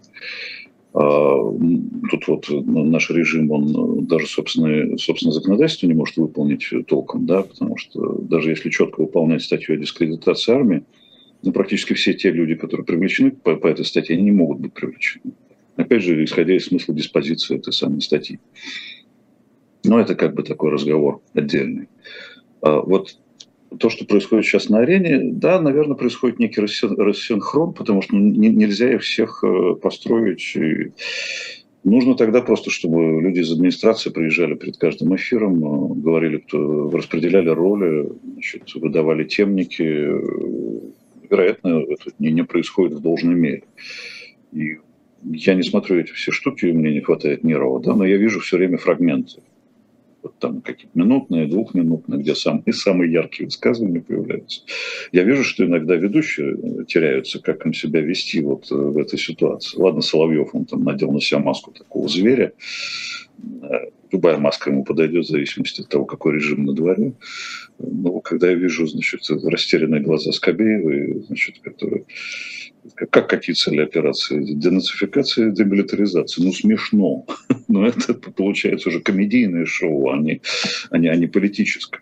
Тут вот наш режим, он даже собственно законодательство не может выполнить толком, да, потому что даже если четко выполнять статью о дискредитации армии, Но практически все те люди, которые привлечены по этой статье, они не могут быть привлечены. Опять же, исходя из смысла диспозиции этой самой статьи. Но это как бы такой разговор отдельный. Вот то, что происходит сейчас на арене, да, наверное, происходит некий рассинхрон, потому что нельзя их всех построить. И нужно тогда просто, чтобы люди из администрации приезжали перед каждым эфиром, говорили, кто распределяли роли, значит, выдавали темники. Вероятно, это не происходит в должной мере. И я не смотрю эти все штуки, мне не хватает нервов, да, но я вижу все время фрагменты. Вот там какие-то минутные, двухминутные, где самые яркие высказывания появляются. Я вижу, что иногда ведущие теряются, как им себя вести вот в этой ситуации. Ладно, Соловьев, он там надел на себя маску такого зверя. Любая маска ему подойдет, в зависимости от того, какой режим на дворе. Но когда я вижу, значит, растерянные глаза Скобеевой, значит, которые... Как какие цели операции? Денацификация, демилитаризация. Ну, смешно. Но это получается уже комедийное шоу, а не политическое.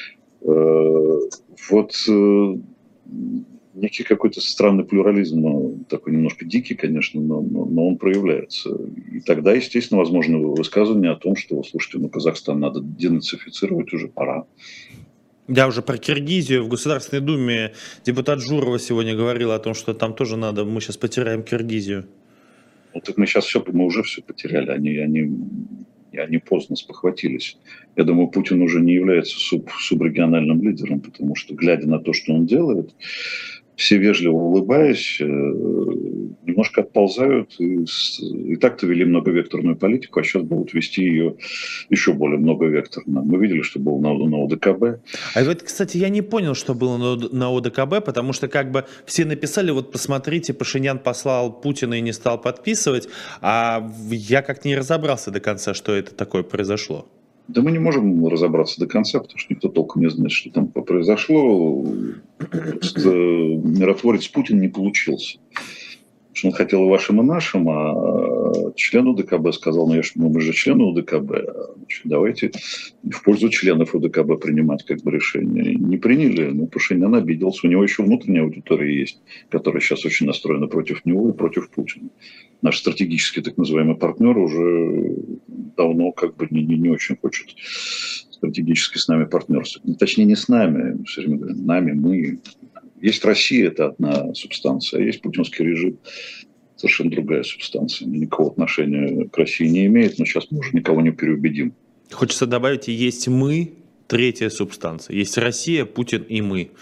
Вот некий какой-то странный плюрализм, такой немножко дикий, конечно, но он проявляется. И тогда, естественно, возможно высказывание о том, что, слушайте, ну, Казахстан надо денацифицировать, уже пора. Я уже про Киргизию. В Государственной Думе депутат Журова сегодня говорил о том, что там тоже надо, мы сейчас потеряем Киргизию. Ну, так мы уже все потеряли, они поздно спохватились. Я думаю, Путин уже не является субрегиональным лидером, потому что, глядя на то, что он делает, все вежливо улыбаясь, немножко отползают. И так-то вели многовекторную политику, а сейчас будут вести ее еще более многовекторно. Мы видели, что было на ОДКБ. А вот, кстати, я не понял, что было на ОДКБ, потому что как бы все написали, вот посмотрите, Пашинян послал Путина и не стал подписывать, а я как-то не разобрался до конца, что это такое произошло. Да мы не можем разобраться до конца, потому что никто толком не знает, что там произошло. Просто миротворец Путин не получился. Потому что он хотел и вашим, и нашим, а член УДКБ сказал, мы же члены УДКБ, значит, давайте в пользу членов УДКБ принимать как бы решение. Не приняли, но Пашинян обиделся. У него еще внутренняя аудитория есть, которая сейчас очень настроена против него и против Путина. Наш стратегический так называемый партнер уже давно как бы не очень хочет стратегически с нами партнерство. Точнее, не с нами, все время говорим, нами, мы. Есть Россия, это одна субстанция, а есть путинский режим, совершенно другая субстанция. Никакого отношения к России не имеет, но сейчас мы уже никого не переубедим. Хочется добавить, есть мы, третья субстанция. Есть Россия, Путин и мы.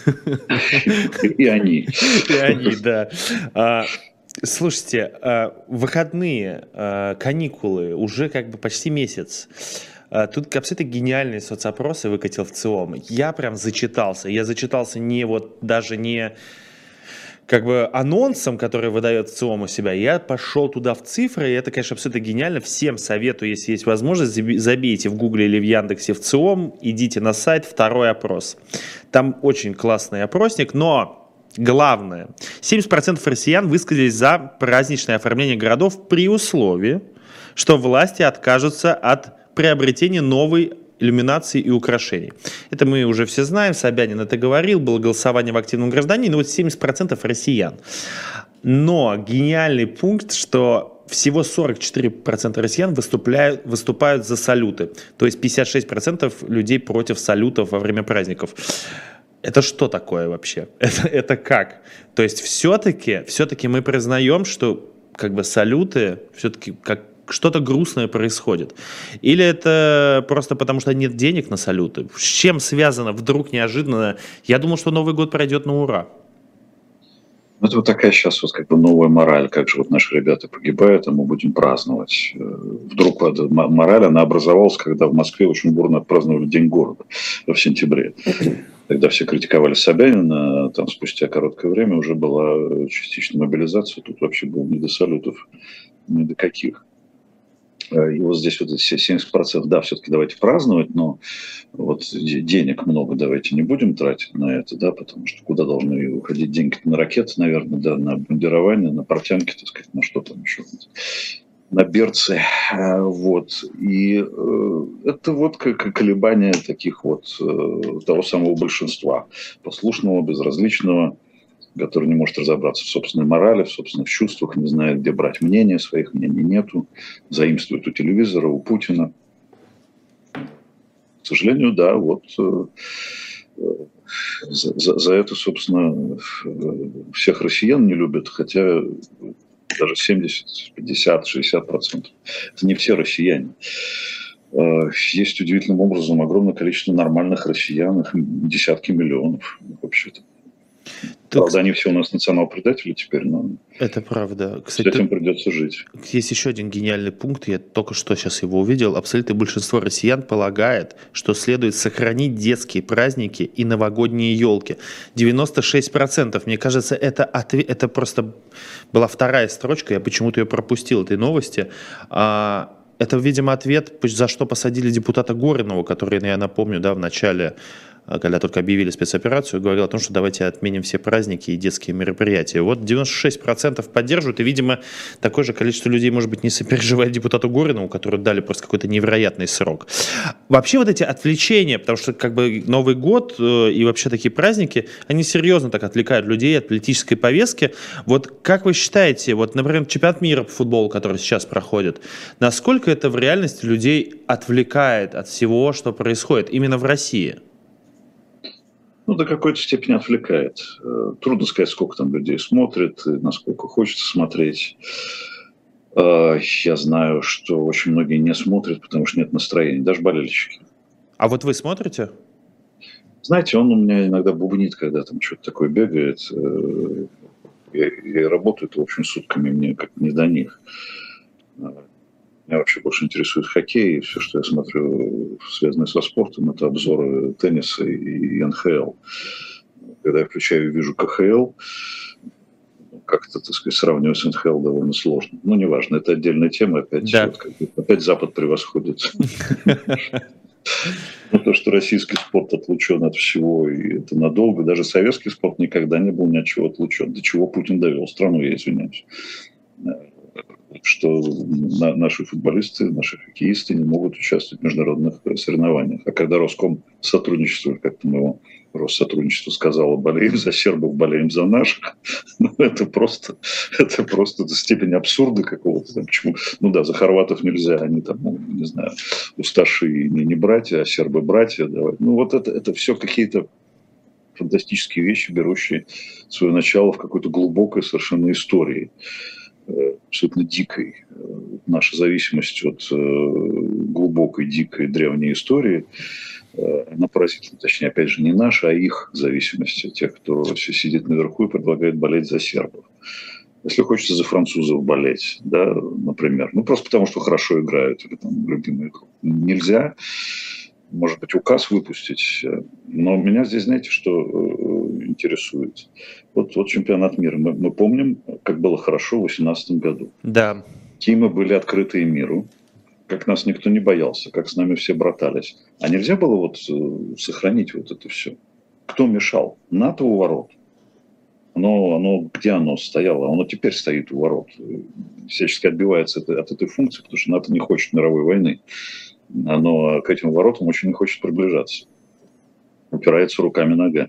И они. И они, да. Слушайте, выходные, каникулы, уже как бы почти месяц. Тут абсолютно гениальные соцопросы выкатил в ЦИОМ. Я прям зачитался. Я зачитался даже не как бы анонсом, который выдает ЦИОМ у себя. Я пошел туда в цифры, и это, конечно, абсолютно гениально. Всем советую, если есть возможность, забейте в Гугле или в Яндексе в ЦИОМ, идите на сайт, второй опрос. Там очень классный опросник, но главное, 70% россиян высказались за праздничное оформление городов при условии, что власти откажутся от приобретения новой иллюминации и украшений. Это мы уже все знаем, Собянин это говорил, было голосование в активном гражданине, но вот 70% россиян. Но гениальный пункт, что всего 44% россиян выступают за салюты, то есть 56% людей против салютов во время праздников. Это что такое вообще? Это как? То есть все-таки мы признаем, что как бы салюты все-таки как что-то грустное происходит. Или это просто потому, что нет денег на салюты? С чем связано вдруг неожиданно? Я думал, что Новый год пройдет на ура. Это вот такая сейчас вот как бы новая мораль, как же вот наши ребята погибают, а мы будем праздновать. Вдруг мораль, она образовалась, когда в Москве очень бурно отпраздновали День города в сентябре. Когда все критиковали Собянина, там спустя короткое время уже была частичная мобилизация, тут вообще было не до салютов, ни до каких. И вот здесь вот 70%, да, все-таки давайте праздновать, но вот денег много давайте не будем тратить на это, да, потому что куда должны уходить деньги? На ракеты, наверное, да, на бомбардирование, на портянки, так сказать, на что там еще, на берцы, вот. И это вот колебания таких вот того самого большинства, послушного, безразличного, который не может разобраться в собственной морали, в собственных чувствах, не знает, где брать мнения, своих мнений нету, заимствует у телевизора, у Путина. К сожалению, да, вот за это, собственно, всех россиян не любят, хотя даже 70, 50, 60%. Это не все россияне. Есть удивительным образом огромное количество нормальных россиян, их десятки миллионов вообще-то. Правда, они все у нас национал-предатели теперь, но это правда. Кстати, с этим придется жить. Есть еще один гениальный пункт, я только что сейчас его увидел. Абсолютное большинство россиян полагает, что следует сохранить детские праздники и новогодние елки. 96%. Мне кажется, это просто была вторая строчка, я почему-то ее пропустил, этой новости. Это, видимо, ответ, за что посадили депутата Горинова, который, я напомню, в начале, когда только объявили спецоперацию, говорил о том, что давайте отменим все праздники и детские мероприятия. Вот 96% поддерживают, и, видимо, такое же количество людей, может быть, не сопереживает депутату Горинову, которому дали просто какой-то невероятный срок. Вообще вот эти отвлечения, потому что Новый год и вообще такие праздники, они серьезно так отвлекают людей от политической повестки. Вот как вы считаете, например, чемпионат мира по футболу, который сейчас проходит, насколько это в реальности людей отвлекает от всего, что происходит именно в России? До какой-то степени отвлекает. Трудно сказать, сколько там людей смотрит, насколько хочется смотреть. Я знаю, что очень многие не смотрят, потому что нет настроения, даже болельщики. А вот вы смотрите? Знаете, он у меня иногда бубнит, когда там что-то такое бегает. Я работаю, в общем, сутками, мне как не до них. Меня вообще больше интересует хоккей, и все, что я смотрю, связанное со спортом, это обзоры тенниса и НХЛ. Когда я включаю и вижу КХЛ, как-то, так сказать, сравнивать с НХЛ довольно сложно. Неважно, это отдельная тема, опять Запад превосходит. То, что российский спорт отлучен от всего, и это надолго, даже советский спорт никогда не был ни от чего отлучен. До чего Путин довел страну, я извиняюсь. Что наши футболисты, наши хоккеисты не могут участвовать в международных соревнованиях. А когда Роскомсотрудничество, как-то моего Россотрудничество сказало, болеем за сербов, болеем за наших, это просто до степени абсурда какого-то. Почему? За хорватов нельзя, они там, не знаю, усташи не братья, а сербы братья. Давай. Это все какие-то фантастические вещи, берущие свое начало в какой-то глубокой совершенно истории. Абсолютно дикой. Наша зависимость от глубокой, дикой, древней истории, она поразительна. Точнее, опять же, не наша, а их зависимость. Тех, кто сидит наверху и предлагает болеть за сербов. Если хочется за французов болеть, например, просто потому, что хорошо играют, или там любимый игрок, нельзя. Может быть, указ выпустить. Но меня здесь, знаете, что интересует? Вот чемпионат мира. Мы помним, как было хорошо в 2018 году. Да. Какие мы были открытые миру, как нас никто не боялся, как с нами все братались. А нельзя было сохранить это все? Кто мешал? НАТО у ворот. Где оно стояло? Оно теперь стоит у ворот. Всячески отбивается от этой функции, потому что НАТО не хочет мировой войны. Оно к этим воротам очень не хочет приближаться. Упирается руками, ногами.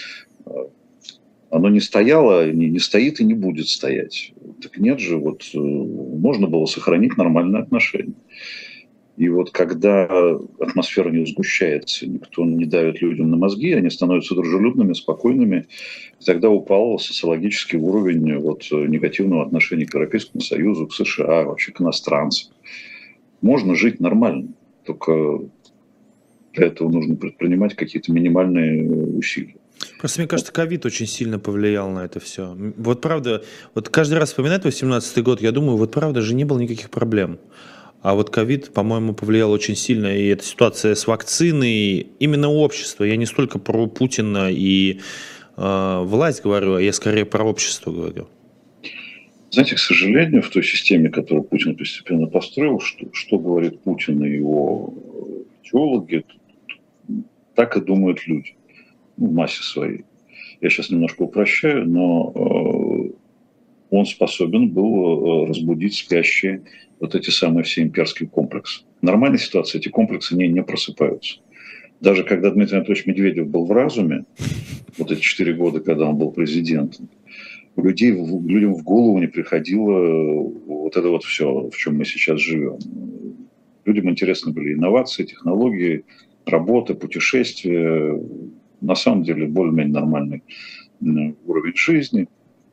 Оно не стояло, не стоит и не будет стоять. Так нет же, можно было сохранить нормальные отношения. И когда атмосфера не сгущается, никто не давит людям на мозги, они становятся дружелюбными, спокойными, и тогда упал социологический уровень негативного отношения к Европейскому Союзу, к США, вообще к иностранцам. Можно жить нормально, только для этого нужно предпринимать какие-то минимальные усилия. Просто мне кажется, ковид очень сильно повлиял на это все. Правда, каждый раз вспоминать 2018 год, я думаю, правда же не было никаких проблем. А ковид, по-моему, повлиял очень сильно. И эта ситуация с вакциной, именно общество. Я не столько про Путина и власть говорю, а я скорее про общество говорю. Знаете, к сожалению, в той системе, которую Путин постепенно построил, что говорит Путин и его теологи, так и думают люди. В массе своей. Я сейчас немножко упрощаю, но он способен был разбудить спящие эти самые все имперские комплексы. В нормальной ситуации эти комплексы не просыпаются. Даже когда Дмитрий Анатольевич Медведев был в разуме, вот эти 4 года, когда он был президентом, людям в голову не приходило вот это вот все, в чем мы сейчас живем. Людям интересны были инновации, технологии, работа, путешествия. На самом деле более-менее нормальный уровень жизни.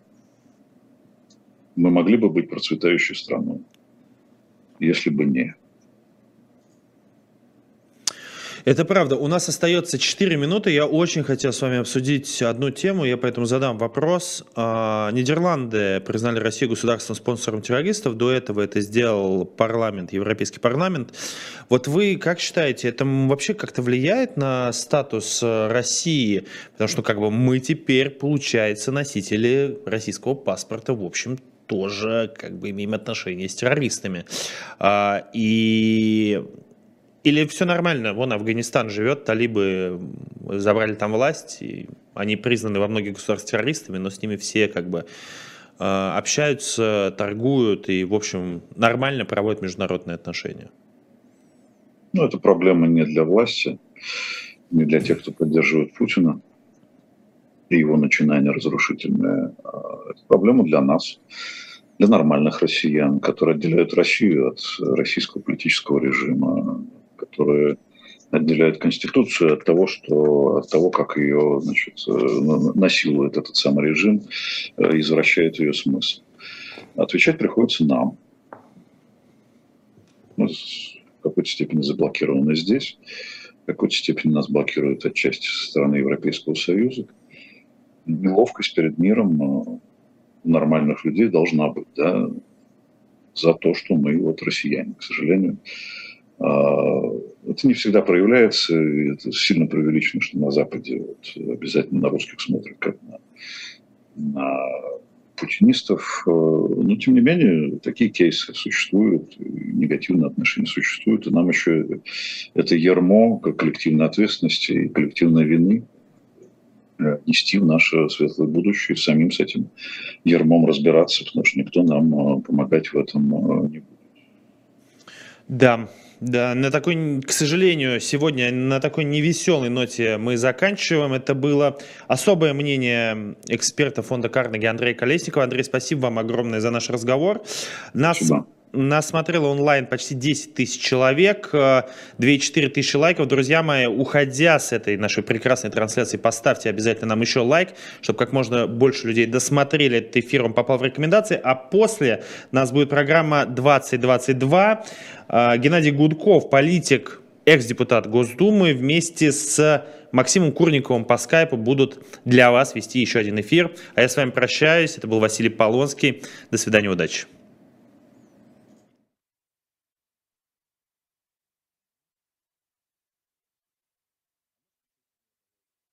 Мы могли бы быть процветающей страной, если бы не. Это правда. У нас остается 4 минуты. Я очень хотел с вами обсудить одну тему, я поэтому задам вопрос. Нидерланды признали Россию государственным спонсором террористов. До этого это сделал парламент, Европейский парламент. Вот вы как считаете, это вообще как-то влияет на статус России? Потому что как бы мы теперь, получается, носители российского паспорта, в общем, тоже как бы имеем отношение с террористами. Или все нормально, вон Афганистан живет, талибы забрали там власть, и они признаны во многих государствах террористами, но с ними все как бы общаются, торгуют и, в общем, нормально проводят международные отношения. Ну, это проблема не для власти, не для тех, кто поддерживает Путина и его начинания разрушительные. Это проблема для нас, для нормальных россиян, которые отделяют Россию от российского политического режима, которые отделяют Конституцию от того, как ее, значит, насилует этот самый режим, извращает ее смысл. Отвечать приходится нам. Мы в какой-то степени заблокированы здесь, в какой-то степени нас блокируют отчасти со стороны Европейского Союза. Неловкость перед миром у нормальных людей должна быть, да, за то, что мы вот россияне, к сожалению. Это не всегда проявляется, и это сильно преувеличено, что на Западе вот обязательно на русских смотрят как на путинистов. Но, тем не менее, такие кейсы существуют, негативные отношения существуют, и нам еще это ярмо как коллективной ответственности и коллективной вины нести в наше светлое будущее и самим с этим ярмом разбираться, потому что никто нам помогать в этом не будет. Да. Да, на такой, к сожалению, сегодня на такой невеселой ноте мы заканчиваем. Это было особое мнение эксперта фонда Карнеги Андрея Колесникова. Андрей, спасибо вам огромное за наш разговор. Нас смотрело онлайн почти 10 тысяч человек, 2,4 тысячи лайков. Друзья мои, уходя с этой нашей прекрасной трансляции, поставьте обязательно нам еще лайк, чтобы как можно больше людей досмотрели этот эфир, он попал в рекомендации. А после нас будет программа 2022. Геннадий Гудков, политик, экс-депутат Госдумы, вместе с Максимом Курниковым по скайпу будут для вас вести еще один эфир. А я с вами прощаюсь. Это был Василий Полонский. До свидания, удачи.